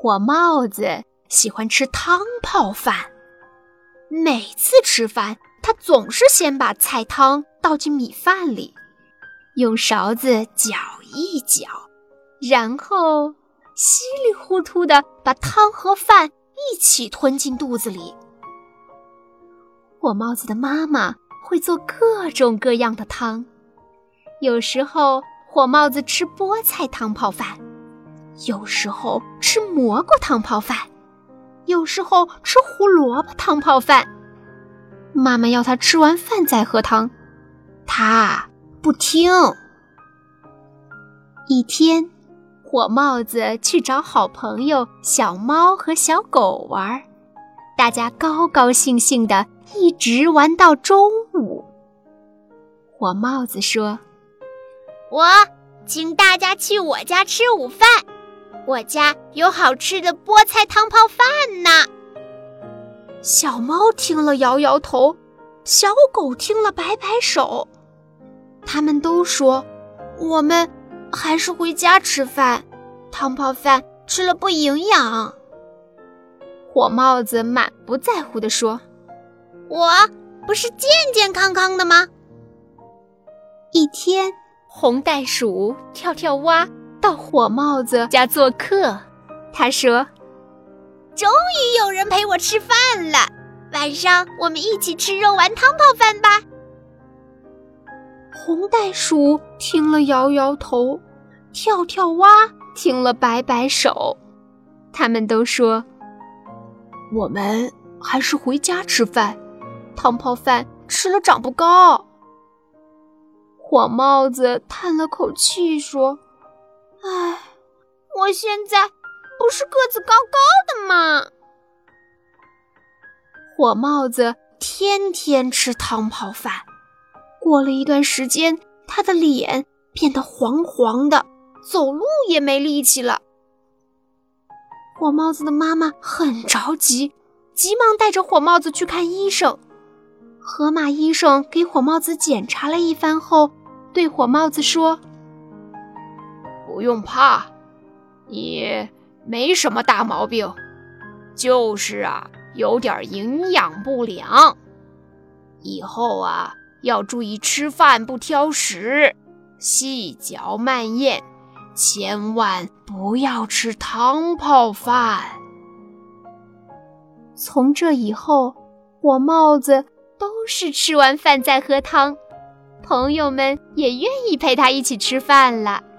火帽子喜欢吃汤泡饭，每次吃饭，他总是先把菜汤倒进米饭里，用勺子搅一搅，然后稀里糊涂地把汤和饭一起吞进肚子里。火帽子的妈妈会做各种各样的汤，有时候火帽子吃菠菜汤泡饭，有时候吃蘑菇汤泡饭，有时候吃胡萝卜汤泡饭。妈妈要他吃完饭再喝汤，他不听。一天，火帽子去找好朋友小猫和小狗玩，大家高高兴兴地一直玩到中午。火帽子说： 我请大家去我家吃午饭，我家有好吃的菠菜汤泡饭呢。 小猫听了摇摇头，小狗听了摆摆手。他们都说：我们还是回家吃饭，汤泡饭吃了不营养。火帽子满不在乎地说： 我不是健健康康的吗？ 一天，红袋鼠跳跳蛙到火帽子家做客，他说： 终于有人陪我吃饭了，晚上我们一起吃肉丸汤泡饭吧。 红袋鼠听了摇摇头，跳跳蛙听了摆摆手。他们都说：我们还是回家吃饭，汤泡饭吃了长不高。火帽子叹了口气说：唉， 我现在不是个子高高的吗？ 火帽子天天吃汤泡饭，过了一段时间，他的脸变得黄黄的，走路也没力气了。火帽子的妈妈很着急，急忙带着火帽子去看医生。河马医生给火帽子检查了一番后，对火帽子说：不用怕，你没什么大毛病，就是有点营养不良。以后要注意吃饭不挑食，细嚼慢咽，千万不要吃汤泡饭。从这以后，火帽子都是吃完饭再喝汤，朋友们也愿意陪他一起吃饭了。